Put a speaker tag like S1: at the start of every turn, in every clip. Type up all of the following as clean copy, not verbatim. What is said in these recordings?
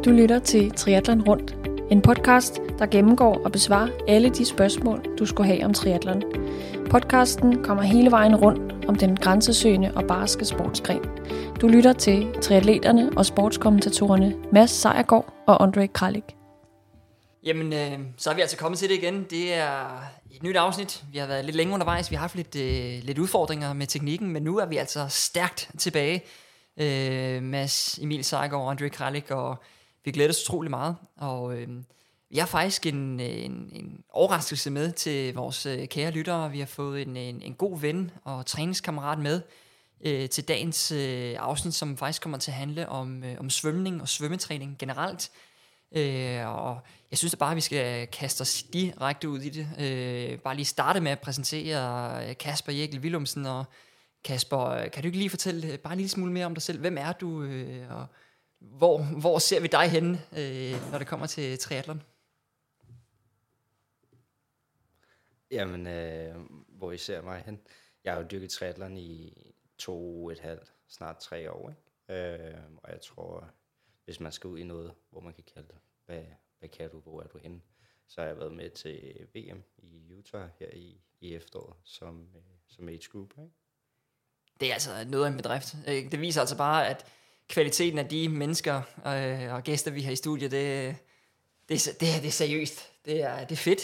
S1: Du lytter til Triathlon Rundt, en podcast, der gennemgår og besvarer alle de spørgsmål, du skulle have om triathlon. Podcasten kommer hele vejen rundt om den grænsesøgende og barske sportsgren. Du lytter til triatleterne og sportskommentatorerne Mads Sejergaard og Andre Kralik.
S2: Jamen, så er vi altså kommet til det igen. Det er et nyt afsnit. Vi har været lidt længe undervejs. Vi har haft lidt udfordringer med teknikken, men nu er vi altså stærkt tilbage. Mads Emil Sejergaard og Andre Kralik, og vi glæder os utrolig meget. Og vi har faktisk en overraskelse med til vores kære lyttere. Vi har fået en god ven og træningskammerat med til dagens afsnit, som faktisk kommer til at handle om svømning og svømmetræning generelt. Og jeg synes da bare, at vi skal kaste os direkte ud i det. Bare lige starte med at præsentere Kasper Jækkel Willumsen. Og Kasper, kan du ikke lige fortælle bare en lille smule mere om dig selv? Hvem er du, og hvor ser vi dig henne, når det kommer til triathlon?
S3: Jamen, hvor I ser mig hen? Jeg har jo dyrket triathlon i 2,5, snart 3 år, ikke? Og jeg tror, hvis man skal ud i noget, hvor man kan kalde det, hvad kan du, hvor er du henne? Så har jeg været med til VM i Utah her i efteråret som age group, ikke?
S2: Det er altså noget af en bedrift. Det viser altså bare, at kvaliteten af de mennesker og gæster, vi har i studiet, det er seriøst. Det er fedt.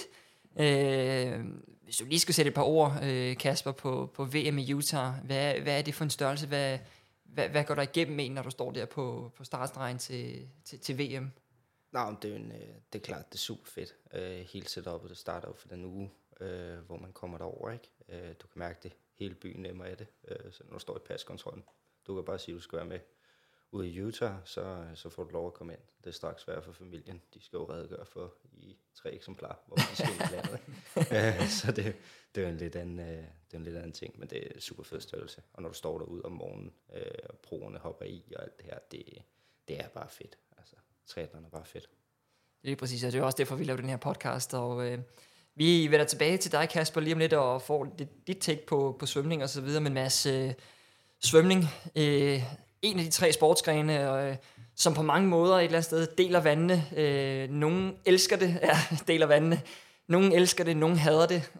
S2: Hvis du lige skulle sætte et par ord, Kasper, på VM i Utah, hvad er det for en størrelse? Hvad går der igennem en, når du står der på startstregen til VM?
S3: Nej, det er klart, det er super fedt. Hele setup'et, det starter jo for den uge, hvor man kommer derover, ikke? Du kan mærke det. Hele byen nemmer af det. Så når du står i paskontrollen, du kan bare sige, at du skal være med ude i Utah, så får du lov at komme ind. Det er straks svært for familien. De skal jo redegøre for i 3 eksemplarer, hvor de skal ind i landet. Så det er en lidt anden ting, men det er super fed størrelse. Og når du står derude om morgenen, og broerne hopper i og alt det her, det er bare fedt. Altså, triathlon er bare fedt.
S2: Det er præcis, og det er også derfor, vi laver den her podcast, og vi vender tilbage til dig, Kasper, lige om lidt, og får dit take på svømning og så videre, men Mads, svømning, en af de 3 sportsgrene, som på mange måder et eller andet sted deler vandene. Nogen elsker det, deler vandene. Nogen elsker det, nogen hader det.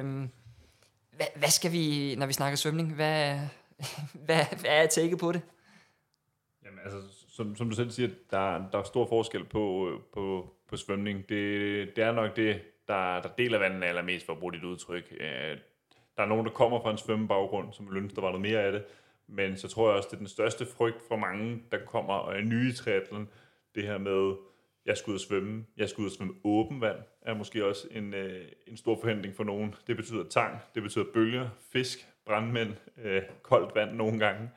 S2: Hvad skal vi, når vi snakker svømning, hvad er taget på det?
S4: Jamen altså, som du selv siger, der er stor forskel på svømning. Det er nok det, der deler vandene allermest, for at bruge dit udtryk. Der er nogen, der kommer fra en svømmebaggrund, som vil ønske, der var noget mere af det. Men så tror jeg også, det er den største frygt for mange, der kommer og er nye i triathlon. Det her med, jeg skal ud og svømme. Jeg skal ud og svømme åben vand, er måske også en stor forhindring for nogen. Det betyder tang, det betyder bølger, fisk, brandmænd, koldt vand nogle gange.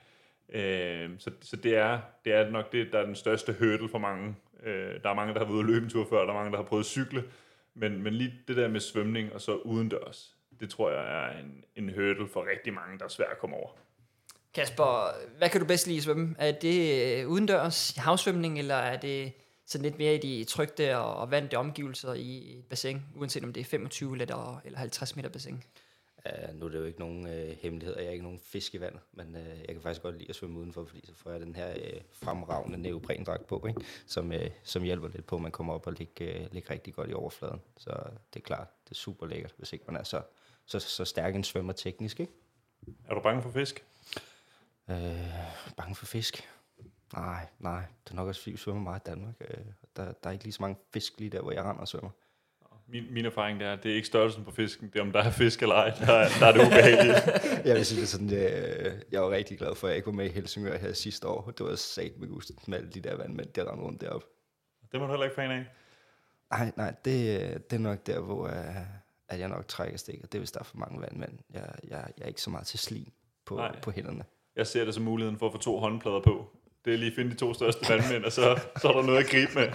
S4: Så det er nok det, der er den største hurdle for mange. Der er mange, der har været ude at løbe en tur før, der er mange, der har prøvet at cykle. Men lige det der med svømning og så udendørs, det tror jeg er en hurdle for rigtig mange, der er svært at komme over.
S2: Kasper, hvad kan du bedst lide at svømme? Er det udendørs havsvømning, eller er det sådan lidt mere i de trygte og vante omgivelser i et bassin, uanset om det er 25 eller 50 meter bassin?
S3: Nu er det jo ikke nogen hemmelighed, jeg er ikke nogen fisk i vandet, men jeg kan faktisk godt lide at svømme udenfor, fordi så får jeg den her fremragende neoprendragt på, ikke? Som hjælper lidt på, at man kommer op og ligger rigtig godt i overfladen. Så det er klart, det er super lækkert, hvis ikke man er så stærk en svømmer teknisk, ikke?
S4: Er du bange for fisk?
S3: Bange for fisk? Nej, det er nok også fordi, vi svømmer meget i Danmark. Der er ikke lige så mange fisk lige der, hvor jeg render og svømmer.
S4: Min erfaring det er ikke størrelsen på fisken, det er om der er fisk eller ej, der er det ubehageligt.
S3: Jeg vil sige det sådan, jeg var rigtig glad for, at jeg ikke var med i Helsingør her sidste år. Det var sat med gust med alle de der vandmænd, der rendte rundt deroppe.
S4: Det var du heller ikke fan af?
S3: Nej, det er nok der, hvor at jeg nok trækker stik, og det er, hvis der er for mange vandmænd. Jeg er ikke så meget til slim på hænderne. Jeg
S4: ser det som muligheden for at få 2 håndplader på. Det er lige at finde de 2 største vandmænd, og så er der noget at gribe med.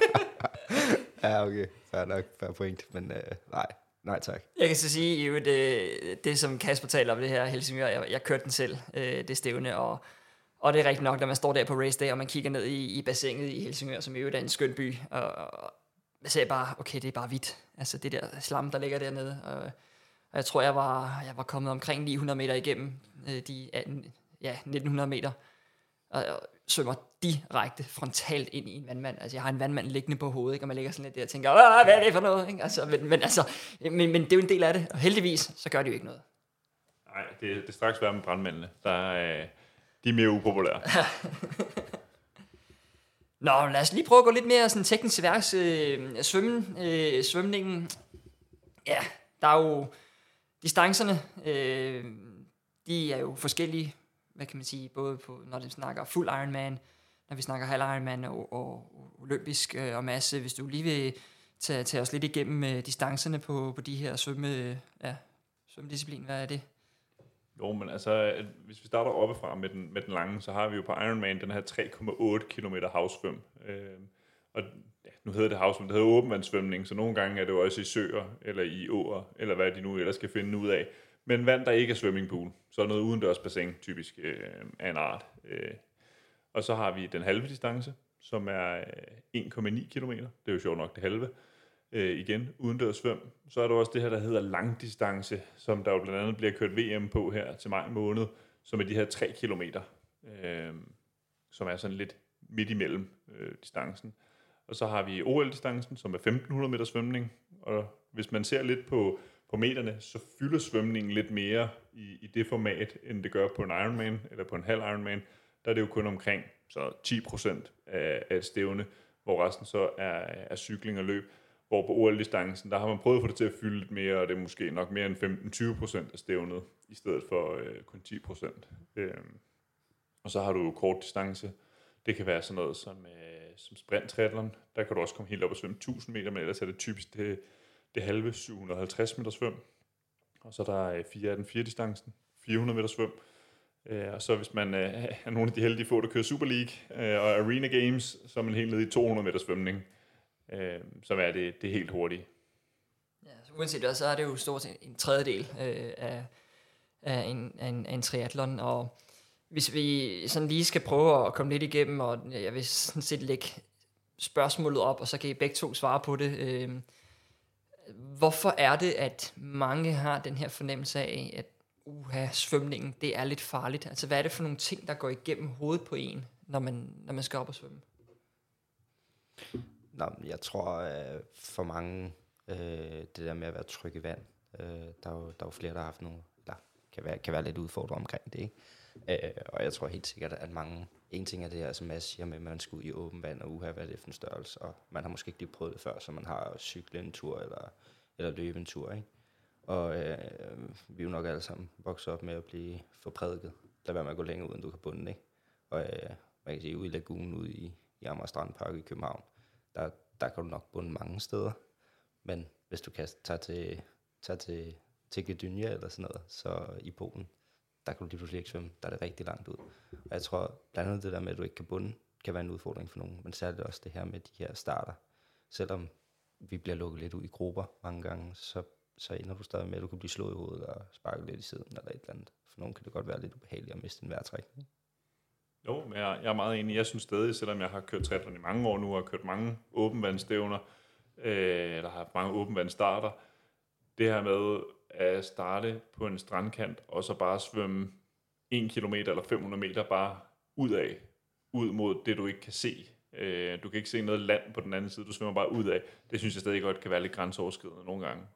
S3: Ja, okay. Fair point, men nej tak.
S2: Jeg kan så sige, at det som Kasper taler om det her Helsingør, jeg kørte den selv, det stævne, og det er rigtigt nok, når man står der på race day, og man kigger ned i bassinet i Helsingør, som jo er en skøn by, og man ser bare, okay, det er bare hvidt. Altså det der slam, der ligger dernede, og jeg tror, jeg var kommet omkring 900 meter igennem de 1900 meter. Og svømmer direkte frontalt ind i en vandmand. Altså, jeg har en vandmand liggende på hovedet, ikke? Og man ligger sådan lidt der og tænker, hvad er det for noget? Ikke? Altså, men det er jo en del af det, og heldigvis, så gør det jo ikke noget.
S4: Nej, det er straks værre med brandmændene. De er mere upopulære.
S2: Nå, lad os lige prøve at gå lidt mere sådan teknisk til værks. Svømningen, ja, der er jo distancerne, de er jo forskellige, hvad kan man sige, både på, når vi snakker fuld Ironman, når vi snakker halv Ironman og olympisk og masse. Hvis du lige vil tage os lidt igennem distancerne på de her svømmedisciplin, hvad er det?
S4: Jo, men altså, hvis vi starter oppefra med den lange, så har vi jo på Ironman den her 3,8 km havsvøm. Og ja, nu hedder det havsvøm, det hedder åbenvandssvømning, så nogle gange er det jo også i søer, eller i åer, eller hvad de nu ellers skal finde ud af. Men vand, der ikke er swimmingpool, så er noget udendørsbassin typisk af en art. Og så har vi den halve distance, som er 1,9 km. Det er jo sjovt nok det halve. Igen, udendørssvøm. Så er der også det her, der hedder langdistance, som der jo blandt andet bliver kørt VM på her til maj måned, som er de her 3 kilometer, som er sådan lidt midt imellem distancen. Og så har vi OL-distancen, som er 1500 meter svømning, og hvis man ser lidt på meterne, så fylder svømningen lidt mere i det format, end det gør på en Ironman, eller på en halv Ironman. Der er det jo kun omkring så 10% af et stævne, hvor resten så er cykling og løb. Hvor på OL-distancen, der har man prøvet at få det til at fylde lidt mere, og det er måske nok mere end 15-20% af stævnet, i stedet for kun 10%. Og så har du kort distance. Det kan være sådan noget som sprint-triathlon. Der kan du også komme helt op og svømme 1000 meter, men ellers er det typisk det halve 750 meter svøm. Og så der er 4x4-distancen, 400 meter svøm. Og så hvis man er nogle af de heldige få, der kører Super League og Arena Games, så er man helt nede i 200 meter svømning. Som er det helt hurtige.
S2: Ja, så uanset hvad, så er det jo stort set en tredjedel af en triathlon, og hvis vi sådan lige skal prøve at komme lidt igennem, og jeg vil sådan set lægge spørgsmålet op, og så kan I begge to svare på det. Hvorfor er det, at mange har den her fornemmelse af, at svømningen, det er lidt farligt? Altså, hvad er det for nogle ting, der går igennem hovedet på en, når man skal op og svømme?
S3: Nå, jeg tror for mange, det der med at være tryg i vand, der er jo flere, der har haft nogle, der kan være lidt udfordret omkring det, ikke? Og jeg tror helt sikkert, at mange, en ting er det her, som Mads siger med, at man skal ud i åben vand, og hvad er det for en størrelse, og man har måske ikke lige prøvet det før, så man har cyklet en tur, eller løbe en tur, ikke? Og vi er jo nok alle sammen vokset op med at blive forprædiket. Lad være med at gå længere ud, end du kan bunde, ikke? Og man kan sige, ude i lagunen, ude i Amager Strandpark i København, der kan du nok bunde mange steder. Men hvis du kan tage til Gdynia eller sådan noget, så i Polen, der kan du lige pludselig ikke svømme. Der er det rigtig langt ud. Og jeg tror blandt andet det der med, at du ikke kan bunde, kan være en udfordring for nogen. Men særligt også det her med de her starter. Selvom vi bliver lukket lidt ud i grupper mange gange, så ender du stadig med, at du kan blive slået i hovedet og sparket lidt i siden eller et eller andet. For nogen kan det godt være lidt ubehageligt at miste en vejrtrækning.
S4: Jo, men jeg er meget enig. Jeg synes stadig, selvom jeg har kørt triathlon i mange år nu, og har kørt mange åbenvandsstævner, eller har haft mange åbenvandsstarter, det her med at starte på en strandkant, og så bare svømme 1 kilometer eller 500 meter bare ud mod det, du ikke kan se. Du kan ikke se noget land på den anden side, du svømmer bare ud af. Det synes jeg stadig godt kan være lidt grænseoverskridende nogle gange.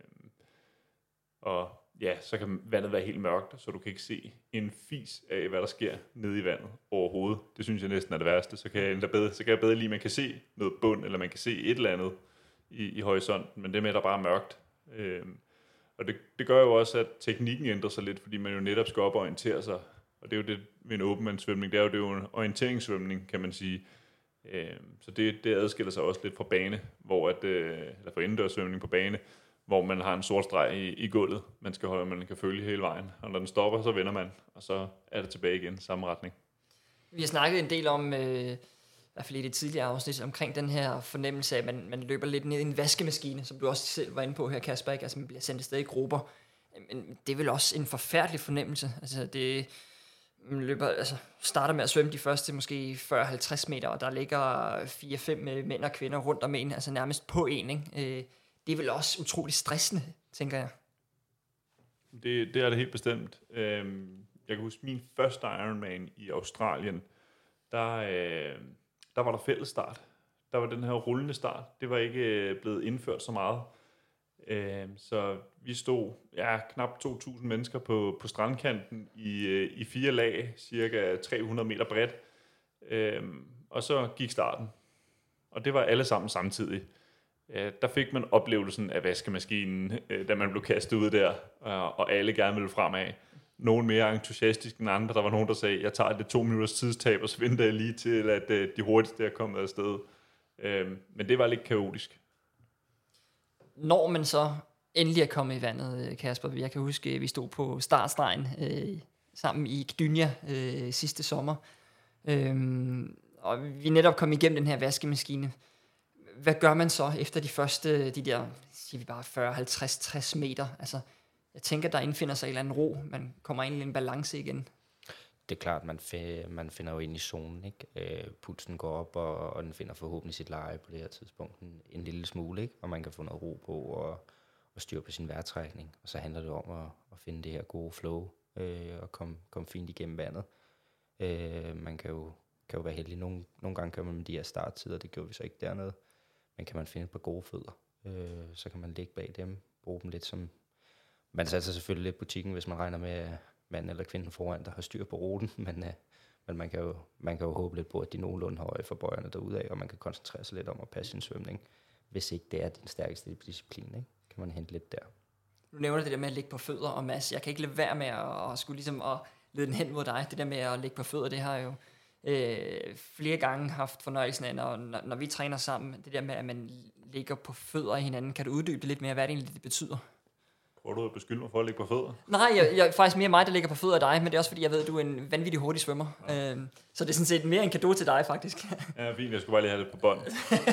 S4: Og ja, så kan vandet være helt mørkt, så du kan ikke se en fis af, hvad der sker nede i vandet overhovedet. Det synes jeg næsten er det værste. Så kan jeg bedre lide, at man kan se noget bund, eller man kan se et eller andet i horisonten, men det med, at der bare er mørkt. Og det gør jo også, at teknikken ændrer sig lidt, fordi man jo netop skal op og orientere sig. Og det er jo det med en åbenvandssvømning. Det er jo en orienteringssvømning, kan man sige. Så det adskiller sig også lidt fra bane, eller fra indendørssvømning på bane, hvor man har en sort streg i gulvet, man kan følge hele vejen. Og når den stopper, så vender man, og så er det tilbage igen, samme retning.
S2: Vi har snakket en del om, i hvert fald i det tidligere afsnit, omkring den her fornemmelse af, at man løber lidt ned i en vaskemaskine, som du også selv var inde på her, Kasper, ikke? Altså man bliver sendt afsted i grupper. Men det er vel også en forfærdelig fornemmelse. Altså man starter med at svømme de første måske 40-50 meter, og der ligger 4-5 mænd og kvinder rundt om en, altså nærmest på en, ikke? Det er vel også utroligt stressende, tænker jeg.
S4: Det er det helt bestemt. Jeg kan huske min første Ironman i Australien. der var der fælles start. Der var den her rullende start. Det var ikke blevet indført så meget. Så vi stod knap 2.000 mennesker på strandkanten i 4 lag, cirka 300 meter bredt. Og så gik starten. Og det var alle sammen samtidig. Der fik man oplevelsen af vaskemaskinen, da man blev kastet ud der, og alle gerne ville fremad. Nogen mere entusiastisk end andre. Der var nogen, der sagde, jeg tager det 2 minutters tidstab, og så venter jeg lige til, at de hurtigste er kommet afsted. Men det var lidt kaotisk.
S2: Når man så endelig er kommet i vandet, Kasper, jeg kan huske, at vi stod på startstregen sammen i Gdynia sidste sommer, og vi netop kom igennem den her vaskemaskine. Hvad gør man så efter de første, de der, siger vi bare 40, 50, 60 meter? Altså, jeg tænker, der indfinder sig en eller anden ro. Man kommer ind i en balance igen.
S3: Det er klart, man finder jo ind i zonen, ikke? Pulsen går op, og den finder forhåbentlig sit leje på det her tidspunkt en lille smule, ikke? Og man kan få noget ro på og styre på sin vejrtrækning. Og så handler det om at finde det her gode flow og komme fint igennem vandet. Man kan jo være heldig. Nogle gange kan man med de her starttider, det gjorde vi så ikke dernede. Men kan man finde et par gode fødder, så kan man ligge bag dem, bruge dem lidt som... Man satser selvfølgelig lidt butikken, hvis man regner med manden eller kvinden foran, der har styr på ruten, men man kan jo håbe lidt på, at de er nogenlunde høje for bøjerne derudad, og man kan koncentrere sig lidt om at passe sin svømning, hvis ikke det er din stærkeste disciplin, ikke? Kan man hente lidt der.
S2: Du nævner det der med at ligge på fødder, og Mads, jeg kan ikke lade være med at skulle ligesom at lede den hen mod dig. Det der med at ligge på fødder, det har jo flere gange haft fornøjelsen af, når vi træner sammen, det der med, at man ligger på fødder af hinanden. Kan du uddybe det lidt mere, hvad det egentlig det betyder?
S4: Prøver du at beskylde mig for at ligge på fødder?
S2: Nej, jeg er faktisk mere mig, der ligger på fødder af dig, men det er også fordi, jeg ved, at du er en vanvittig hurtig svømmer. Ja. Så det er sådan set mere en cadeau til dig, faktisk.
S4: Ja, fint. Jeg skulle bare lige have det på bånd.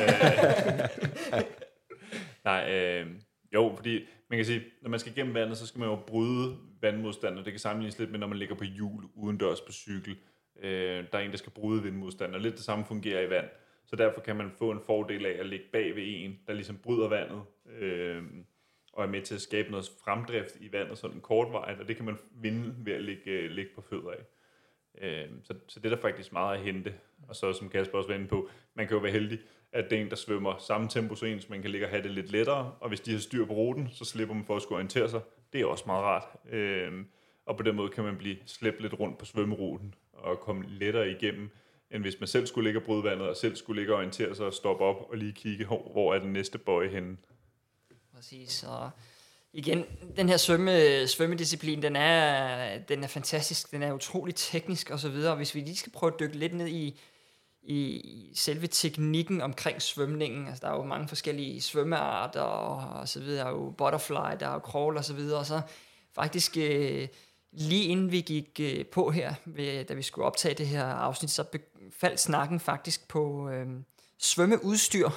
S4: Jo, fordi man kan sige, når man skal igennem vandet, så skal man jo bryde vandmodstand, og det kan sammenlignes lidt med, når man ligger på hjul udendørs på cykel. Der er en, der skal bryde vindmodstand, og lidt det samme fungerer i vand. Så derfor kan man få en fordel af at ligge bag ved en, der ligesom bryder vandet, og er med til at skabe noget fremdrift i vandet, sådan kortvarigt, og det kan man vinde ved at ligge på fødder af. Så det er der faktisk meget at hente. Og så, som Kasper også var inde på, man kan jo være heldig, at det er en, der svømmer samme tempo så en, så man kan ligge og have det lidt lettere, og hvis de har styr på ruten, så slipper man for at skulle orientere sig. Det er også meget rart. Og på den måde kan man blive slæbt lidt rundt på svømmeruten, og komme lettere igennem, end hvis man selv skulle ligge og bryde vandet, og selv skulle ligge og orientere sig og stoppe op og lige kigge, hvor er den næste bøje henne.
S2: Præcis, og igen, den her svømmedisciplin, den er fantastisk, den er utrolig teknisk og så videre, og hvis vi lige skal prøve at dykke lidt ned i selve teknikken omkring svømningen, altså der er jo mange forskellige svømmearter og så videre, der er jo butterfly, der er jo crawl og så videre, og så faktisk lige inden vi gik på her, da vi skulle optage det her afsnit, så faldt snakken faktisk på svømmeudstyr,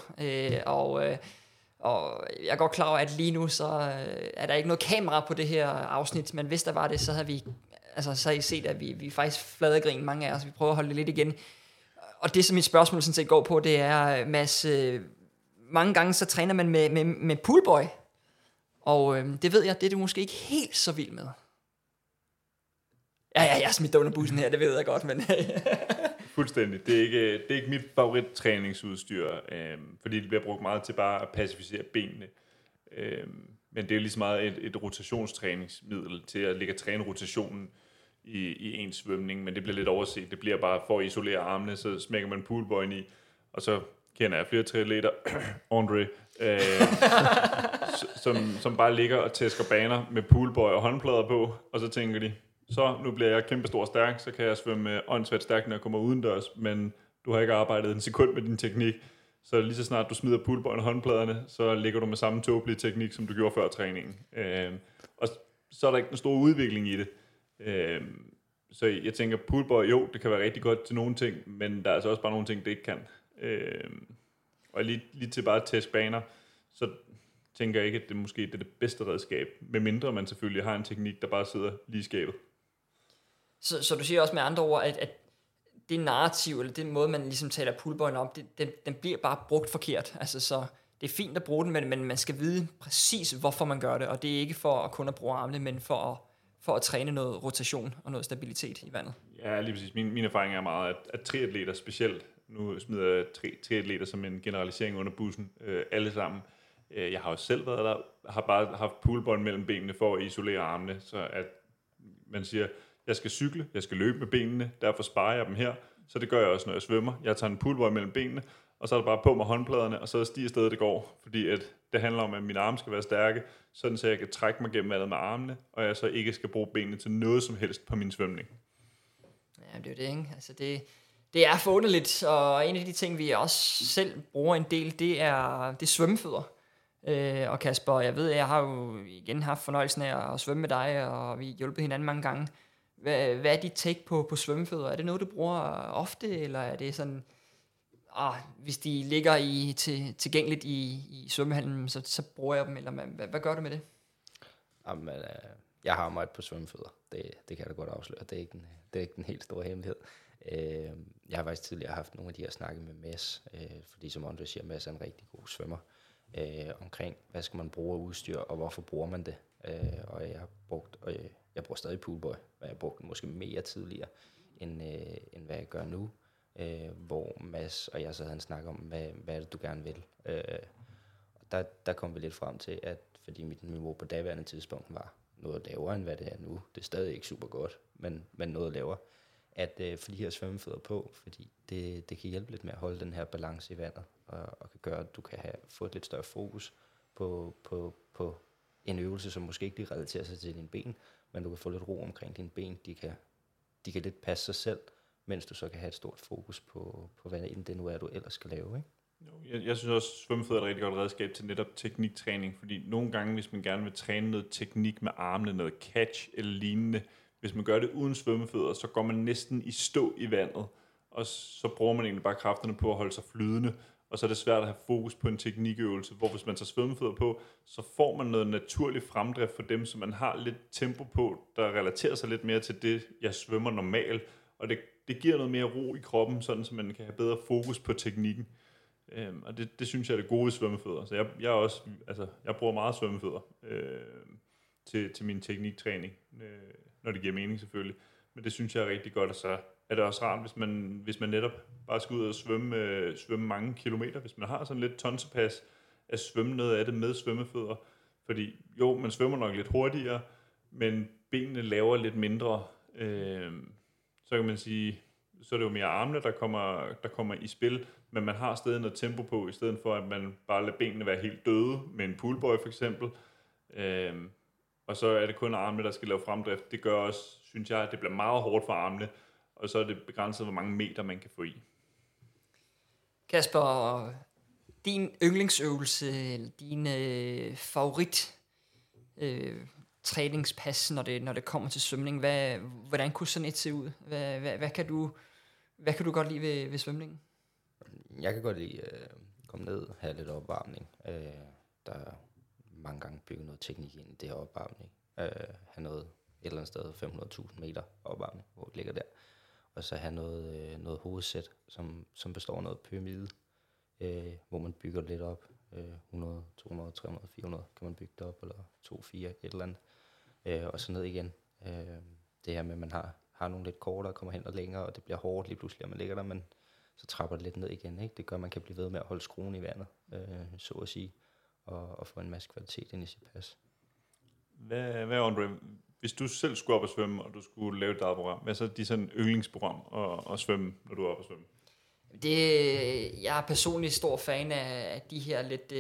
S2: og jeg er godt klar over, at lige nu så er der ikke noget kamera på det her afsnit, men hvis der var det, så havde vi, altså så har I set, at vi faktisk fladegrin, mange af os, vi prøver at holde det lidt igen. Og det, som mit spørgsmål sådan set går på, det er, Mads, mange gange så træner man med poolboy, og det ved jeg, det er du måske ikke helt så vild med. Ja, jeg er smidt under bussen her, det ved jeg godt, men...
S4: Fuldstændig. Det er ikke mit favorittræningsudstyr, fordi det bliver brugt meget til bare at pacificere benene. Men det er jo lige så meget et rotationstræningsmiddel til at ligge og træne rotationen i ens svømning, men det bliver lidt overset. Det bliver bare for at isolere armene, så smækker man poolboyen i, og så kender jeg flere triatleter, Andre, som bare ligger og tæsker baner med poolboy og håndplader på, og så tænker de, så nu bliver jeg kæmpestor stærk, så kan jeg svømme åndssvagt stærkt, når jeg kommer udendørs, men du har ikke arbejdet en sekund med din teknik, så lige så snart du smider poolboyen og håndpladerne, så ligger du med samme tåbelige teknik, som du gjorde før træningen. Og så er der ikke en stor udvikling i det. Så jeg tænker, poolboy, jo, det kan være rigtig godt til nogle ting, men der er altså også bare nogle ting, det ikke kan. Og lige til bare at teste baner, så tænker jeg ikke, at det måske er det bedste redskab, medmindre man selvfølgelig har en teknik, der bare sidder lige i skabet.
S2: Så du siger også med andre ord, at det narrativ, eller den måde, man ligesom taler poolboyen om, den bliver bare brugt forkert. Altså, så det er fint at bruge den, men man skal vide præcis, hvorfor man gør det, og det er ikke for at kun at bruge armene, men for at træne noget rotation og noget stabilitet i vandet.
S4: Ja, lige præcis. Min erfaring er meget, at triatleter specielt, nu smider jeg triatleter som en generalisering under bussen, alle sammen. Jeg har jo selv været der, har bare haft poolbånd mellem benene for at isolere armene, så at man siger, jeg skal cykle, jeg skal løbe med benene, derfor sparer jeg dem her. Så det gør jeg også, når jeg svømmer. Jeg tager en poolbånd mellem benene, og så er det bare på med håndpladerne, og så er det stedet, det går. Fordi at det handler om, at mine arme skal være stærke, sådan så jeg kan trække mig gennem vandet med armene, og jeg så ikke skal bruge benene til noget som helst på min svømning.
S2: Ja, det er jo det, ikke? Altså det er forunderligt, og en af de ting, vi også selv bruger en del, det er svømmefødder. Og Kasper, jeg ved, jeg har jo igen haft fornøjelsen af at svømme med dig, og vi har hjulpet hinanden mange gange. Hvad er dit take på svømmefødder? Er det noget, du bruger ofte, eller er det sådan, hvis de ligger tilgængeligt i svømmehallen, så bruger jeg dem, eller hvad gør du med det?
S3: Jamen, jeg har meget på svømmefødder. Det kan jeg da godt afsløre. Det er ikke den helt store hemmelighed. Jeg har faktisk tidligere haft nogle af de her snakke med Mads, fordi som Andre siger, Mads er en rigtig god svømmer, omkring, hvad skal man bruge af udstyr, og hvorfor bruger man det. Og jeg bruger stadig poolboy, og jeg brugte den måske mere tidligere, end hvad jeg gør nu. Hvor Mads og jeg så havde en snak om, hvad er det, du gerne vil. Der kom vi lidt frem til, at fordi mit niveau på daværende tidspunkt var noget lavere, end hvad det er nu. Det er stadig ikke super godt, men noget lavere. At få de her svømmefødder på, fordi det kan hjælpe lidt med at holde den her balance i vandet, og kan gøre, at du kan få et lidt større fokus på en øvelse, som måske ikke lige relaterer sig til dine ben, men du kan få lidt ro omkring dine ben. De kan lidt passe sig selv, mens du så kan have et stort fokus på hvad det nu er, du ellers skal lave, ikke?
S4: Jeg synes også, at svømmefødder er et rigtig godt redskab til netop tekniktræning, fordi nogle gange, hvis man gerne vil træne noget teknik med armene, noget catch eller lignende, hvis man gør det uden svømmefødder, så går man næsten i stå i vandet, og så bruger man egentlig bare kræfterne på at holde sig flydende, og så er det svært at have fokus på en teknikøvelse, hvor hvis man tager svømmefødder på, så får man noget naturlig fremdrift for dem, så man har lidt tempo på, der relaterer sig lidt mere til det, jeg svømmer normalt, og det giver noget mere ro i kroppen, sådan så man kan have bedre fokus på teknikken. Og det synes jeg er det gode i svømmefødder. Så jeg bruger meget svømmefødder til min tekniktræning, når det giver mening selvfølgelig. Men det synes jeg er rigtig godt, og så er det også rart, hvis man netop bare skal ud og svømme mange kilometer, hvis man har sådan lidt tonsepas, at svømme noget af det med svømmefødder. Fordi jo, man svømmer nok lidt hurtigere, men benene laver lidt mindre. Så kan man sige, så er det jo mere armene, der kommer i spil, men man har stadig noget tempo på, i stedet for at man bare lader benene være helt døde med en poolboy for eksempel. Og så er det kun armene, der skal lave fremdrift. Det gør også, synes jeg, at det bliver meget hårdt for armene, og så er det begrænset, hvor mange meter man kan få i.
S2: Kasper, din yndlingsøvelse, eller din favorit træningspas, når det kommer til svømning, hvordan kunne sådan et se ud? Hvad kan du godt lide ved svømningen?
S3: Jeg kan godt lide at komme ned og have lidt opvarmning. Der er mange gange bygget noget teknik ind i det her opvarmning. Have noget et eller andet sted 500.000 meter opvarmning, hvor det ligger der. Og så have noget hovedsæt, som består af noget pyramide, hvor man bygger lidt op. 100, 200, 300, 400 kan man bygge det op, eller 2, 4, et eller andet. Og så ned igen. Det her med, at man har nogle lidt kortere, kommer hen og længere, og det bliver hårdt lige pludselig, at man ligger der, men så trapper det lidt ned igen. Ikke? Det gør, at man kan blive ved med at holde skruen i vandet, så at sige, og få en masse kvalitet ind i sit pas.
S4: Hvad Andre, hvis du selv skulle op og svømme, og du skulle lave et eget program, hvad er så de sådan yndlingsprogram at svømme, når du er op og svømme?
S2: Jeg er personligt stor fan af de her lidt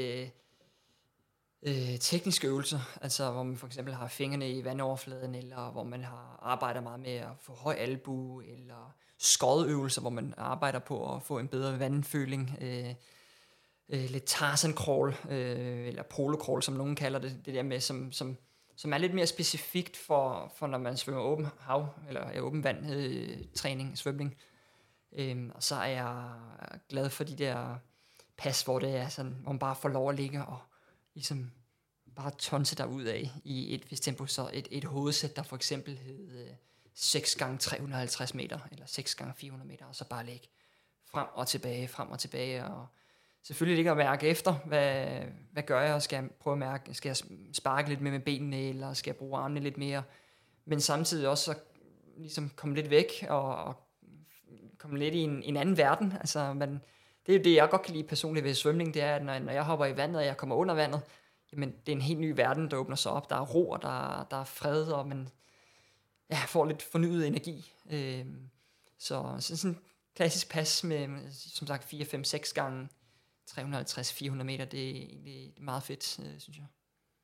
S2: tekniske øvelser, altså hvor man for eksempel har fingrene i vandoverfladen, eller hvor man arbejder meget med at få høj albue, eller skodøvelser, hvor man arbejder på at få en bedre vandføling, lidt Tarzan crawl, eller polo crawl, som nogen kalder det der med, som er lidt mere specifikt for når man svømmer åben hav, eller åben vand, træning, svømning. Og så er jeg glad for de der pas, hvor det er sådan, hvor man bare får lov at ligge og ligesom bare tonse derud af i et vist tempo. Så et hovedsæt, der for eksempel hed 6x350 meter, eller 6x400 meter, og så bare ligge frem og tilbage, og selvfølgelig ligge og mærke efter, hvad gør jeg, og skal jeg prøve at mærke, skal jeg sparke lidt med benene, eller skal jeg bruge armene lidt mere, men samtidig også så ligesom komme lidt væk og komme lidt i en anden verden. Altså, det er jo det, jeg godt kan lide personligt ved svømning, det er, at når jeg hopper i vandet, og jeg kommer under vandet, jamen, det er en helt ny verden, der åbner sig op. Der er ro, og der er fred, og man får lidt fornyet energi. Så sådan en klassisk pas med, som sagt, 4, 5, 6 gange 350-400 meter, det er egentlig meget fedt, synes jeg.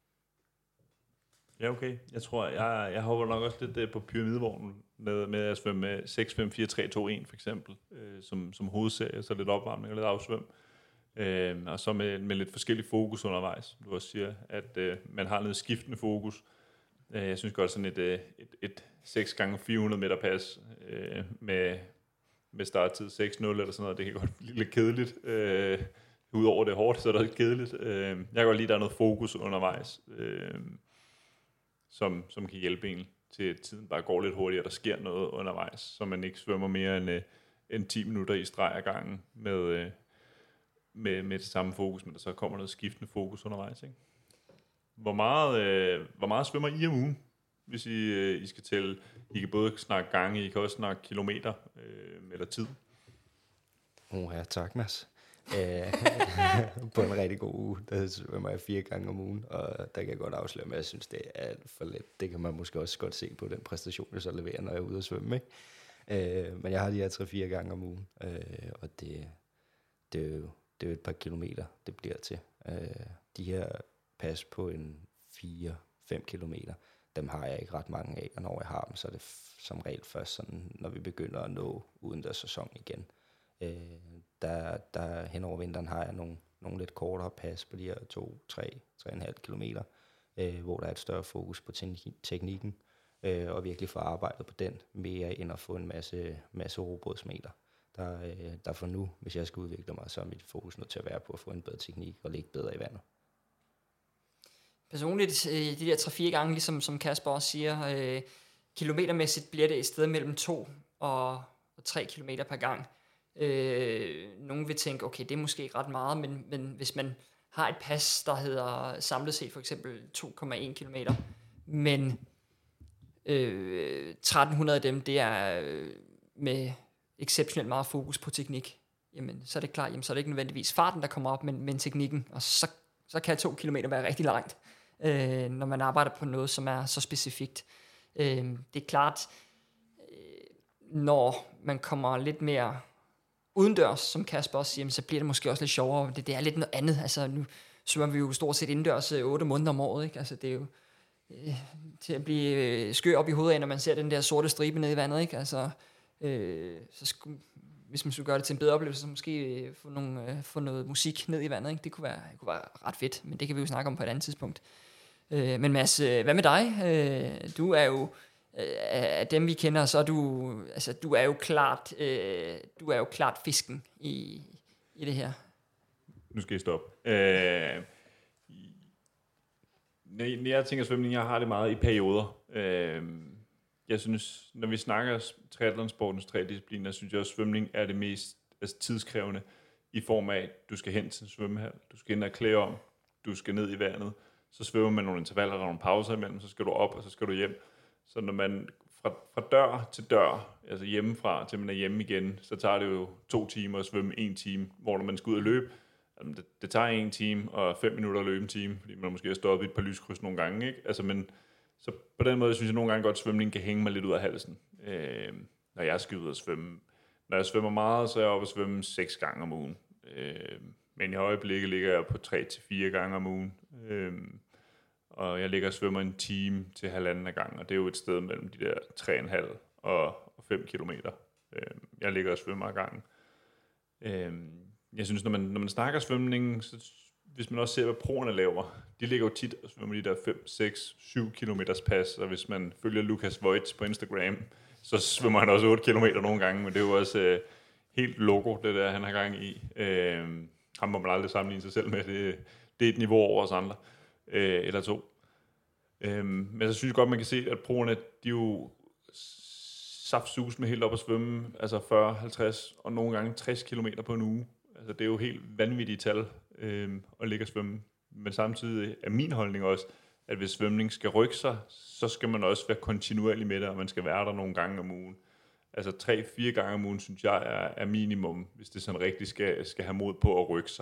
S4: Ja, okay. Jeg tror, jeg hopper nok også lidt på pyramidevognen med at svømme med 6, 5, 4, 3, 2, 1 for eksempel, som hovedserie, så lidt opvarmning og lidt afsvøm. Og så med lidt forskellig fokus undervejs. Du også siger, at man har noget skiftende fokus. Jeg synes godt sådan et 6 gange 400 meter pas med starttid 6-0 eller sådan noget, det kan godt blive lidt kedeligt. Udover det hårdt, så er det lidt kedeligt. Jeg kan godt lide, at der er noget fokus undervejs, som kan hjælpe en til, at tiden bare går lidt hurtigere, der sker noget undervejs, så man ikke svømmer mere end 10 minutter i streg ad gangen med det samme fokus, men der så kommer noget skiftende fokus undervejs. Ikke? Hvor meget svømmer I om ugen, hvis I skal tælle? I kan både snakke gange, I kan også snakke kilometer eller tid.
S3: Ja, tak Mads. På en rigtig god uge, der svømmer jeg 4 gange om ugen, og der kan jeg godt afsløre, at jeg synes, det er alt for let. Det kan man måske også godt se på den præstation, jeg så leverer, når jeg er ude at svømme. Ikke? Men jeg har de her 3-4 gange om ugen, og det er jo et par kilometer, det bliver til. De her pas på en 4-5 kilometer, dem har jeg ikke ret mange af, og når jeg har dem, så er det som regel først sådan, når vi begynder at nå udendørs sæson igen. Der hen over vinteren har jeg nogle lidt kortere pas på de her 2-3,5 kilometer, hvor der er et større fokus på teknikken, og virkelig få arbejdet på den mere end at få en masse robotsmeter. Der for nu, hvis jeg skal udvikle mig, så er mit fokus nødt til at være på at få en bedre teknik og ligge bedre i vandet.
S2: Personligt, de der 3-4 gange, ligesom som Kasper også siger, kilometermæssigt bliver det et sted mellem 2 og 3 kilometer per gang. Nogen vil tænke, okay, det er måske ikke ret meget, men hvis man har et pas, der hedder samlet set for eksempel 2,1 kilometer, men 1300 af dem, det er med exceptionelt meget fokus på teknik, jamen så er det klart, så er det ikke nødvendigvis farten, der kommer op, men teknikken, og så kan 2 kilometer være rigtig langt, når man arbejder på noget, som er så specifikt. Det er klart, når man kommer lidt mere udendørs, som Kasper også siger, så bliver det måske også lidt sjovere. Det er lidt noget andet. Altså, nu svømmer vi jo stort set indendørs 8 måneder om året. Ikke? Altså, det er jo til at blive skør op i hovedet af, når man ser den der sorte stribe nede i vandet. Ikke? Altså, hvis man skulle gøre det til en bedre oplevelse, så måske få noget musik ned i vandet. Ikke? Det kunne være ret fedt, men det kan vi jo snakke om på et andet tidspunkt. Men Mads, hvad med dig? Du er jo af dem vi kender, så du er jo klart fisken i det her.
S4: Nu skal jeg stoppe. Når jeg tænker svømning, jeg har det meget i perioder. Jeg synes, når vi snakker triathlonsportens 3 discipliner, synes jeg også, svømning er det mest tidskrævende i form af, at du skal hen til en svømmehal, du skal ind og klæde om, du skal ned i vandet, så svømmer man nogle intervaller, der er nogle pauser imellem, så skal du op, og så skal du hjem. Så når man fra dør til dør, altså hjemmefra til man er hjemme igen, så tager det jo 2 timer at svømme 1 time, hvor når man skal ud og løbe, det tager 1 time og 5 minutter at løbe en time, fordi man måske har stoppet i et par lyskryds nogle gange, ikke? Altså, men så på den måde synes jeg nogle gange godt, at svømning kan hænge mig lidt ud af halsen, når jeg skal ud og svømme. Når jeg svømmer meget, så er jeg oppe at svømme 6 gange om ugen. Men i øjeblikket ligger jeg på 3-4 gange om ugen. Og jeg ligger og svømmer 1 time til 1,5 af gangen, og det er jo et sted mellem de der 3,5 og 5 kilometer. Jeg ligger og svømmer ad gangen. Jeg synes, når man snakker svømning, så hvis man også ser, hvad proerne laver, de ligger jo tit og svømmer de der 5, 6, 7 kilometers pas, og hvis man følger Lukas Voits på Instagram, så svømmer han også 8 kilometer nogle gange, men det er jo også helt logo, det der, han har gang i. Ham må man aldrig sammenligne sig selv med, det er et niveau over os andre. Eller 2. Men så synes jeg godt, man kan se, at proerne, de er jo saftsus med helt op at svømme, altså 40, 50 og nogle gange 60 kilometer på en uge. Altså det er jo helt vanvittige tal at ligge og svømme. Men samtidig er min holdning også, at hvis svømning skal rykke sig, så skal man også være kontinuerlig med det, og man skal være der nogle gange om ugen. Altså 3-4 gange om ugen, synes jeg, er minimum, hvis det sådan rigtig skal have mod på at rykke sig.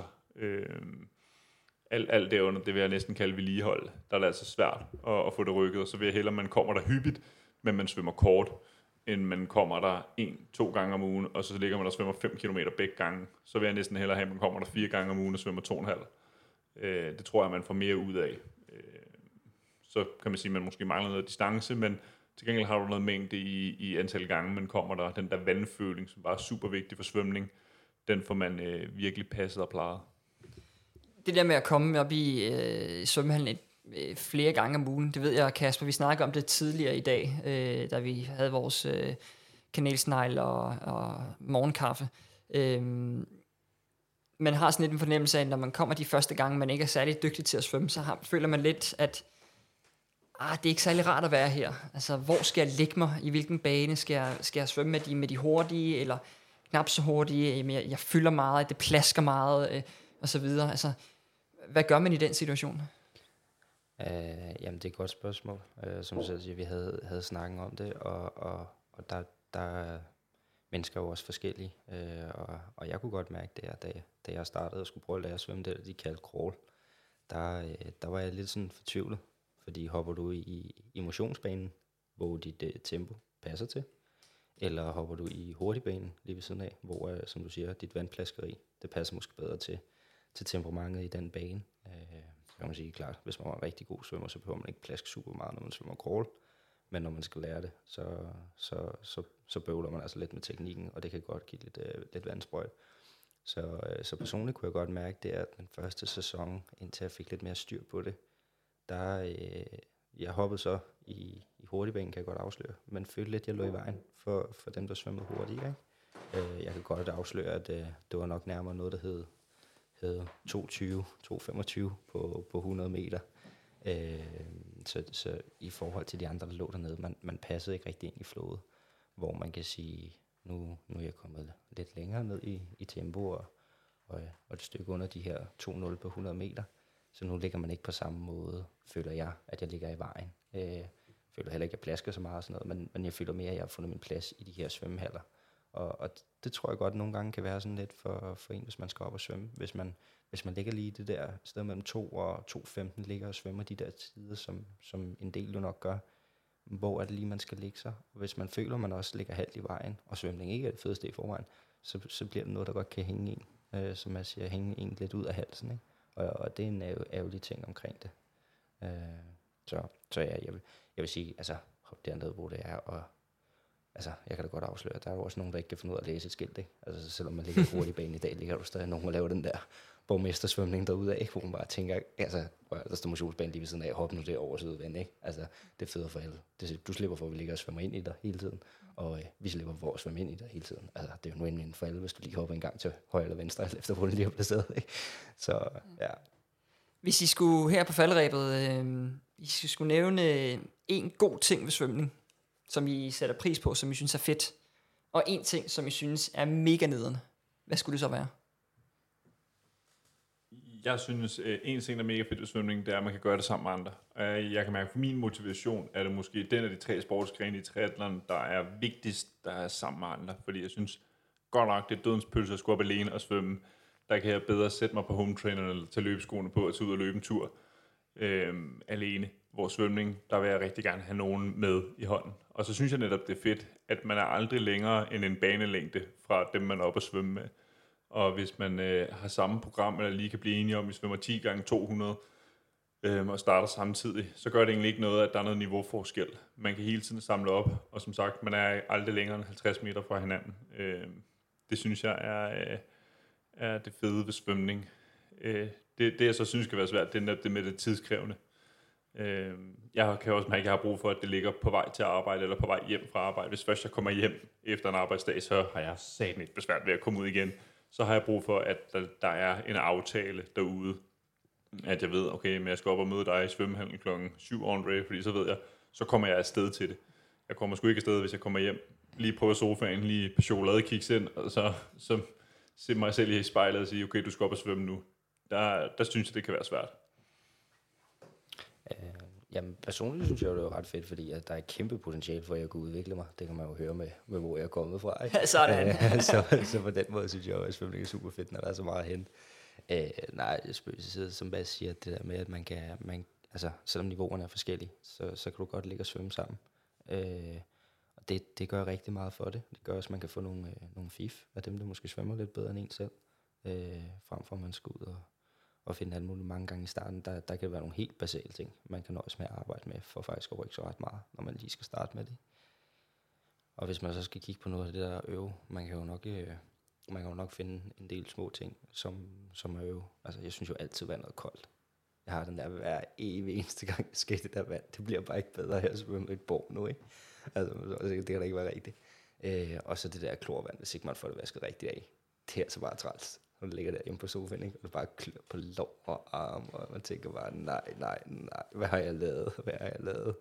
S4: Alt derunder, det vil jeg næsten kalde vedligehold. Der er det altså svært at få det rykket, og så vil jeg hellere, at man kommer der hyppigt, men man svømmer kort, end man kommer der 1-2 gange om ugen, og så ligger man der og svømmer 5 km begge gange. Så vil jeg næsten hellere have, at man kommer der 4 gange om ugen og svømmer 2,5. Det tror jeg, man får mere ud af. Så kan man sige, at man måske mangler noget distance, men til gengæld har du noget mængde i antal gange, man kommer der. Den der vandføling, som bare er super vigtig for svømning, den får man virkelig passet og plejet. Det
S2: der med at komme op i svømmehallen flere gange om ugen, det ved jeg, Kasper, vi snakkede om det tidligere i dag, da vi havde vores kanelsnegl og morgenkaffe. Man har sådan lidt en fornemmelse af, når man kommer de første gange, man ikke er særlig dygtig til at svømme, så føler man lidt, at det er ikke særlig rart at være her. Altså, hvor skal jeg lægge mig? I hvilken bane skal jeg svømme med de hurtige, eller knap så hurtige? Jeg fylder meget, det plasker meget, og så videre. Altså, hvad gør man i den situation?
S3: Jamen, det er et godt spørgsmål. Som du selv siger, vi havde snakken om det, og der mennesker er jo også forskellige. Og jeg kunne godt mærke det, da jeg startede og skulle prøve at lære at svømme det, de kaldte crawl. Der var jeg lidt sådan fortvivlet, fordi hopper du i motionsbanen, hvor dit tempo passer til, eller hopper du i hurtigbanen lige ved siden af, hvor, som du siger, dit vandplaskeri, det passer måske bedre til temperamentet i den bane. Kan man sige, klart, hvis man var en rigtig god svømmer, så behøver man ikke plaske super meget, når man svømmer crawl, men når man skal lære det, så bøvler man altså lidt med teknikken, og det kan godt give lidt vandsprøjt. Så personligt kunne jeg godt mærke det, at den første sæson, indtil jeg fik lidt mere styr på det, jeg hoppede så i hurtigbanen, kan jeg godt afsløre, men følte lidt, jeg lå i vejen for dem, der svømmede hurtigt. Ikke? Jeg kan godt afsløre, at det var nok nærmere noget, der hed 2.20-2.25 på 100 meter. Så i forhold til de andre, der lå dernede, man passede ikke rigtig ind i flowet, hvor man kan sige, nu er jeg kommet lidt længere ned i tempo, og et stykke under de her 2.0 på 100 meter. Så nu ligger man ikke på samme måde, føler jeg, at jeg ligger i vejen. Føler heller ikke, at jeg plasker så meget og sådan noget, men jeg føler mere, at jeg har fundet min plads i de her svømmehaller. Og det tror jeg godt nogle gange kan være sådan lidt for en, hvis man skal op og svømme. Hvis man ligger lige det der sted mellem 2 og 2.15, ligger og svømmer de der tider, som en del jo nok gør, hvor er det lige, man skal ligge sig? Og hvis man føler, at man også ligger halvt i vejen, og svømning ikke er det fedeste i forvejen, så bliver det noget, der godt kan hænge en, som man siger, hænge en lidt ud af halsen, ikke? Og det er en ærgerlig ting omkring det. Så ja, jeg vil sige, altså, hop dernede, hvor det er, og altså, jeg kan da godt afsløre, at der er jo også nogen, der ikke kan finde ud af at læse et skilt, ikke? Altså, selvom man ligger hurtigt i banen i dag, ligger du stadig nogen, der laver den der borgmestersvømning derude af, hvor man bare tænker, altså, der står motionsbanen lige ved siden af, hop nu det over sidevand, ikke? Altså, det er fedt for alle. Du slipper for, at vi ligger og svømmer ind i dig hele tiden, og vi slipper for at svømme ind i dig hele tiden. Altså, det er jo nu for alle, hvis du lige hopper en gang til højre eller venstre, efter hvor den lige er placeret, ikke? Så, ja.
S2: Hvis I skulle her på falderebet, I skulle nævne en god ting ved svømning, som I sætter pris på, som I synes er fedt, og en ting, som I synes er mega nederne, hvad skulle det så være?
S4: Jeg synes, en ting, der er mega fedt ved svømning, det er, at man kan gøre det sammen med andre. Jeg kan mærke, for min motivation er det måske den af de 3 sportsgrene i triathlon, der er vigtigst, der er sammen med andre. Fordi jeg synes godt nok, det er dødens pølse at skulle op alene og svømme. Der kan jeg bedre sætte mig på home traineren eller tage løbeskoene på og tage ud og løbe en tur alene. Hvor svømning, der vil jeg rigtig gerne have nogen med i hånden. Og så synes jeg netop, det er fedt, at man er aldrig længere end en banelængde fra dem, man er oppe at svømme med. Og hvis man har samme program, eller lige kan blive enige om, at vi svømmer 10 gange 200 og starter samtidig, så gør det egentlig ikke noget, at der er noget niveauforskel. Man kan hele tiden samle op, og som sagt, man er aldrig længere end 50 meter fra hinanden. Det synes jeg er det fede ved svømning. Det jeg så synes skal være svært, det er det med det tidskrævende. Jeg kan også mærke, at jeg har brug for, at det ligger på vej til arbejde, eller på vej hjem fra arbejde. Hvis først jeg kommer hjem efter en arbejdsdag, så har jeg satme ikke besvært ved at komme ud igen. Så har jeg brug for, at der er en aftale derude. At jeg ved, okay, men jeg skal op og møde dig i svømmehallen klokken 7, Andre, fordi så ved jeg, så kommer jeg afsted til det. Jeg kommer sgu ikke afsted, hvis jeg kommer hjem, lige på sofaen, lige på chokoladekiks ind, og så se mig selv i spejlet og sige, okay, du skal op og svømme nu. Der synes jeg, det kan være svært.
S3: Jamen, personligt synes jeg, det er ret fedt, fordi at der er et kæmpe potentiale for, at jeg kan udvikle mig. Det kan man jo høre med hvor jeg er kommet fra. Ikke?
S2: Sådan.
S3: Så på den måde synes jeg at svømning er super fedt, når der er så meget at hente. Nej, som Bas siger, det der med, at man altså, selvom niveauerne er forskellige, så kan du godt ligge og svømme sammen. Og det gør rigtig meget for det. Det gør også, at man kan få nogle fif af dem, der måske svømmer lidt bedre end en selv. Frem for at man skal ud og finde alt muligt mange gange i starten. Der kan være nogle helt basale ting, man kan nøjes med at arbejde med, for faktisk at rykke så ret meget, når man lige skal starte med det. Og hvis man så skal kigge på noget af det der øve, man kan jo nok finde en del små ting, som er øve. Altså, jeg synes jo altid, vandet er koldt. Jeg har den der hver evig eneste gang, jeg skal i det der vand. Det bliver bare ikke bedre her, så svømmer et borg nu, ikke? Altså, det kan da ikke være rigtigt. Og så det der klorvand, hvis ikke man får det vasket rigtigt af. Det er altså bare træls. Hun ligger der inde på sofaen, ikke? Og det bare klør på lår og arm, og man tænker bare, nej, hvad har jeg lavet?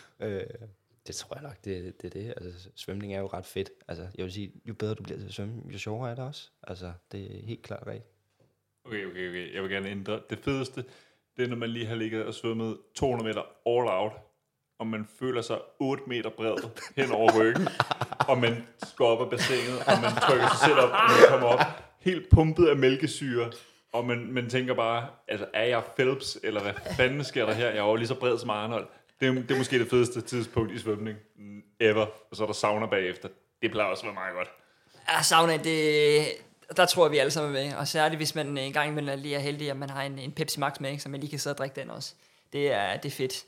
S3: Det tror jeg nok, det er det. Altså, svømning er jo ret fedt. Altså, jeg vil sige, jo bedre du bliver til at svømme, jo sjovere er det også. Altså, det er helt klart rigtigt.
S4: Okay. Jeg vil gerne ændre. Det fedeste, det er, når man lige har ligget og svømmet 200 meter all out, og man føler sig 8 meter bred hen over ryggen, og man går op af bassinet, og man trykker sig selv op, og man kommer op helt pumpet af mælkesyre, og man tænker bare, altså, er jeg Phelps, eller hvad fanden sker der her? Jeg er jo lige så bred som Arnold. Det er måske det fedeste tidspunkt i svømning ever, og så er der sauna bagefter. Det plejer også at være meget godt.
S2: Ja, sauna, der tror vi alle sammen med, og særligt hvis man en gang imellem lige er heldig, at man har en Pepsi Max med, ikke, så man lige kan sidde og drikke den også. Det er fedt.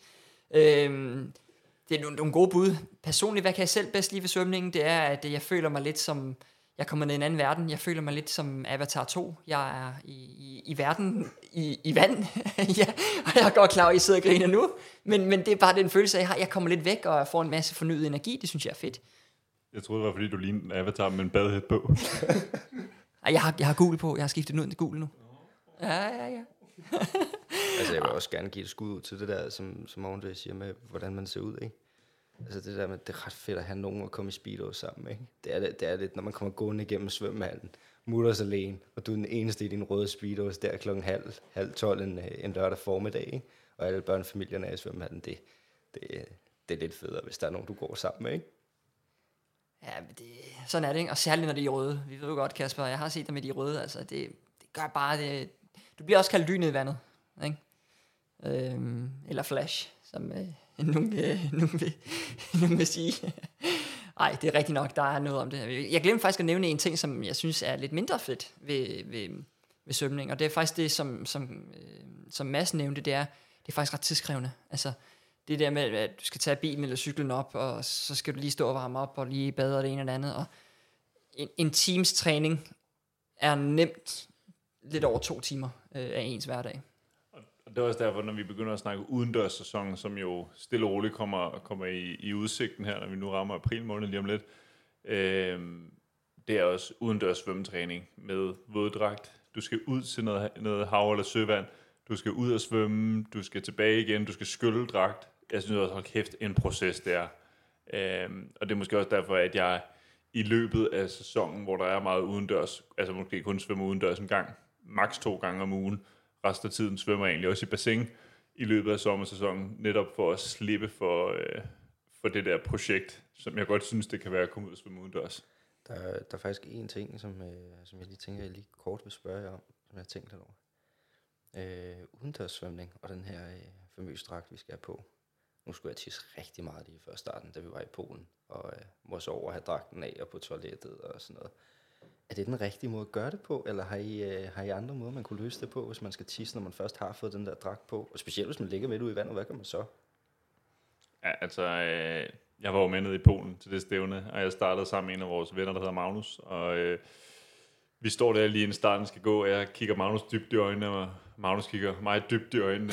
S2: Det er nogle gode bud. Personligt, hvad kan jeg selv bedst lide ved svømningen, det er, at jeg føler mig lidt som, jeg kommer ned i en anden verden. Jeg føler mig lidt som Avatar 2. Jeg er i verden, i vand. Ja, og jeg er godt klar, at I sidder og griner nu. Men det er bare den følelse, jeg har. Jeg kommer lidt væk og får en masse fornyet energi. Det synes jeg er fedt.
S4: Jeg troede, det var, fordi du lignede en Avatar med en badhæt på.
S2: Jeg har gul på. Jeg har skiftet den ud til gul nu. Ja.
S3: Altså, jeg vil også gerne give et skud ud til det der, som Andre siger med, hvordan man ser ud, ikke? Altså, det der med, det er ret fedt at have nogen at komme i speedo sammen, ikke? Det er lidt, når man kommer gående igennem svømmehallen, mutters alene, og du er den eneste i din røde speedos der klokken halv 12 en lørdag formiddag, ikke? Og alle børnefamilierne er i svømmehallen, det er lidt federe, hvis der er nogen, du går sammen med, ikke?
S2: Ja, men sådan er det, ikke? Og særligt når de er røde. Vi ved jo godt, Kasper, jeg har set dig med de røde, altså det gør bare det. Du bliver også kaldt lynet i vandet, ikke? Eller flash, som nogen vil sige. Ej, det er rigtigt nok, der er noget om det. Jeg glemte faktisk at nævne en ting, som jeg synes er lidt mindre fedt ved svømning, og det er faktisk det, som Mads nævnte, det er faktisk ret tidskrævende. Altså, det der med, at du skal tage bilen eller cyklen op, og så skal du lige stå og varme op, og lige bade og det ene eller andet, og en times træning er nemt lidt over 2 timer af ens hverdag.
S4: Og det er også derfor, når vi begynder at snakke udendørssæsonen, som jo stille og roligt kommer i udsigten her, når vi nu rammer april måned lige om lidt, det er også udendørs svømmetræning med våddragt. Du skal ud til noget hav eller søvand, du skal ud og svømme, du skal tilbage igen, du skal skylle dragt. Jeg synes også, hold kæft, en proces det er. Og det er måske også derfor, at jeg i løbet af sæsonen, hvor der er meget udendørs, altså måske kun svømmer udendørs en gang, maks 2 gange om ugen, resten af tiden svømmer jeg egentlig også i bassin i løbet af sommersæsonen, netop for at slippe for det der projekt, som jeg godt synes, det kan være at komme ud og svømme udendørs.
S3: Der er faktisk en ting, som jeg lige tænker, jeg lige kort vil spørge jer om, som jeg har tænkt lidt over. Udendørssvømning og den her famøse dragt, vi skal have på. Nu skulle jeg tisse rigtig meget lige før starten, da vi var i Polen, og må så over have dragten af og på toilettet og sådan noget. Er det den rigtige måde at gøre det på, eller har I andre måder, man kunne løse det på, hvis man skal tisse, når man først har fået den der dragt på? Og specielt hvis man ligger midt ude i vandet, hvad kan man så?
S4: Ja, altså, jeg var jo med nede i Polen til det stævne, og jeg startede sammen med en af vores venner, der hedder Magnus, og vi står der lige inden starten skal gå, og jeg kigger Magnus dybt i øjnene, og Magnus kigger mig dybt i øjnene.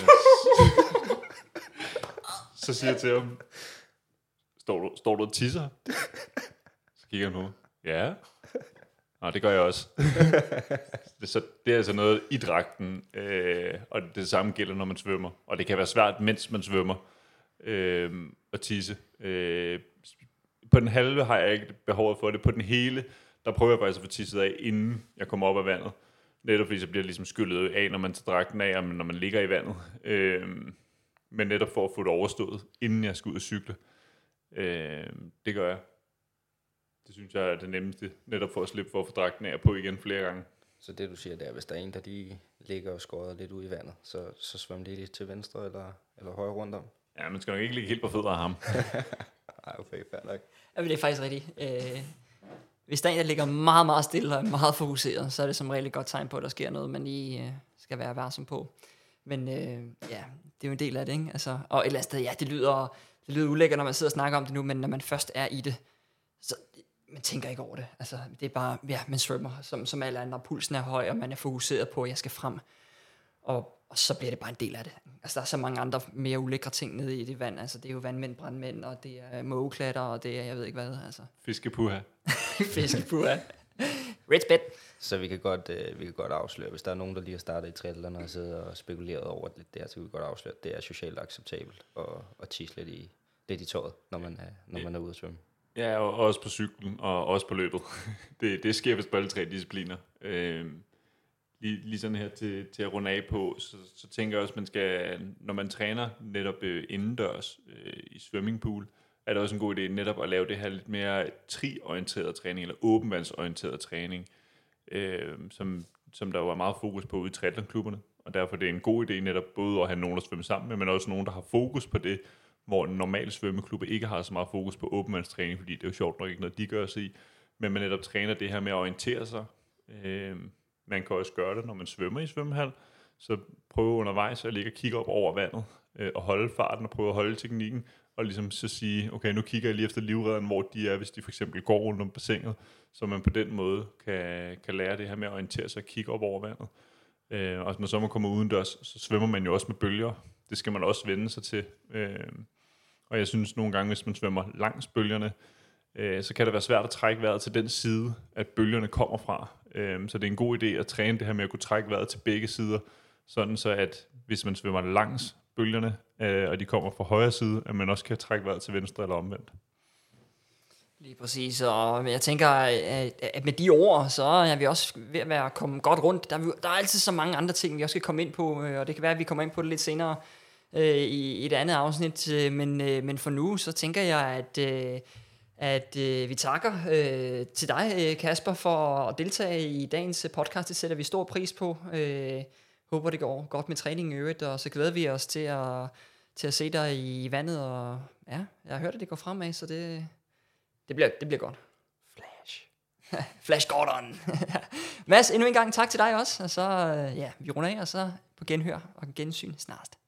S4: Så siger jeg til ham, står du og tisser? Så kigger han på, ja. Nå, det gør jeg også. Det er altså noget i dragten, og det samme gælder, når man svømmer. Og det kan være svært, mens man svømmer, at tisse. På den halve har jeg ikke behovet for det. På den hele, der prøver jeg faktisk at få tisset af, inden jeg kommer op af vandet. Netop fordi så bliver det ligesom skyllet af, når man tager dragten af, og når man ligger i vandet. men netop for at få det overstået, inden jeg skal ud og cykle. Det gør jeg. Det synes jeg er det nemmeste, netop for at slippe for at få dragten af på igen flere gange.
S3: Så det du siger, det er, hvis der er en, der lige ligger og skåret lidt ud i vandet, så svøm lige til venstre eller højre rundt om.
S4: Ja, man skal nok ikke ligge helt på fødder af ham.
S3: Ej, okay, fair nok.
S2: Ja, det er faktisk rigtigt. Hvis der er en, der ligger meget, meget stille og er meget fokuseret, så er det som regel et godt tegn på, at der sker noget, man lige skal være varsom på. Men ja, det er jo en del af det, ikke? Altså, og et eller andet sted, ja, det lyder ulækkert, når man sidder og snakker om det nu, men når man først er i det, så man tænker ikke over det. Altså, det er bare, ja, man svømmer, som alle andre, pulsen er høj, og man er fokuseret på, at jeg skal frem. Og så bliver det bare en del af det. Altså, der er så mange andre mere ulækre ting nede i det vand. Altså, det er jo vandmænd, brandmænd, og det er mågeklatter, og det er, jeg ved ikke hvad, altså.
S4: Fiskepuha.
S2: Fiskepuha. Rich bet.
S3: Så vi kan godt afsløre, hvis der er nogen, der lige har startet i triathlon og sidder og spekuleret over det der, så kan vi godt afsløre, at det er socialt acceptabelt at tisse lidt i tøjet, når man er ude at svømme.
S4: Ja, og også på cyklen, og også på løbet. det sker vist på alle 3 discipliner. Lige sådan her til at runde af på, så tænker jeg også, man skal, når man træner netop indendørs i swimmingpool, er det også en god idé netop at lave det her lidt mere tri-orienteret træning, eller åbenvandsorienteret træning, som der var meget fokus på ude i triathlonklubberne, og derfor det er en god idé netop både at have nogen, der svømmer sammen med, men også nogen, der har fokus på det, hvor en normal svømmeklubbe ikke har så meget fokus på åbenvandstræning, fordi det er jo sjovt nok ikke noget, de gør sig i, men man netop træner det her med at orientere sig. Man kan også gøre det, når man svømmer i svømmehal, så prøve undervejs at ligge og kigge op over vandet, og holde farten og prøve at holde teknikken, og ligesom så sige, okay, nu kigger jeg lige efter livredderen, hvor de er, hvis de for eksempel går rundt om bassinet, så man på den måde kan lære det her med at orientere sig og kigge op over vandet. Og når så man kommer udendørs, så svømmer man jo også med bølger. Det skal man også vende sig til. Og jeg synes nogle gange, hvis man svømmer langs bølgerne, så kan det være svært at trække vejret til den side, at bølgerne kommer fra. Så det er en god idé at træne det her med at kunne trække vejret til begge sider, sådan så at hvis man svømmer langs bølgerne, og de kommer fra højre side, at man også kan trække vejret til venstre eller omvendt.
S2: Lige præcis, og jeg tænker, at med de ord, så er vi også ved at være kommet godt rundt. Der er altid så mange andre ting, vi også skal komme ind på, og det kan være, at vi kommer ind på det lidt senere i et andet afsnit, men for nu, så tænker jeg, at vi takker til dig, Kasper, for at deltage i dagens podcast. Det sætter vi stor pris på. Håber, det går godt med træningen i øvrigt, og så glæder vi os til at se dig i vandet, og ja, jeg har hørt, at det går fremad, så det bliver godt. Flash Gordon. Mads, endnu en gang tak til dig også, og så vi runder af, og så på genhør og gensyn snart.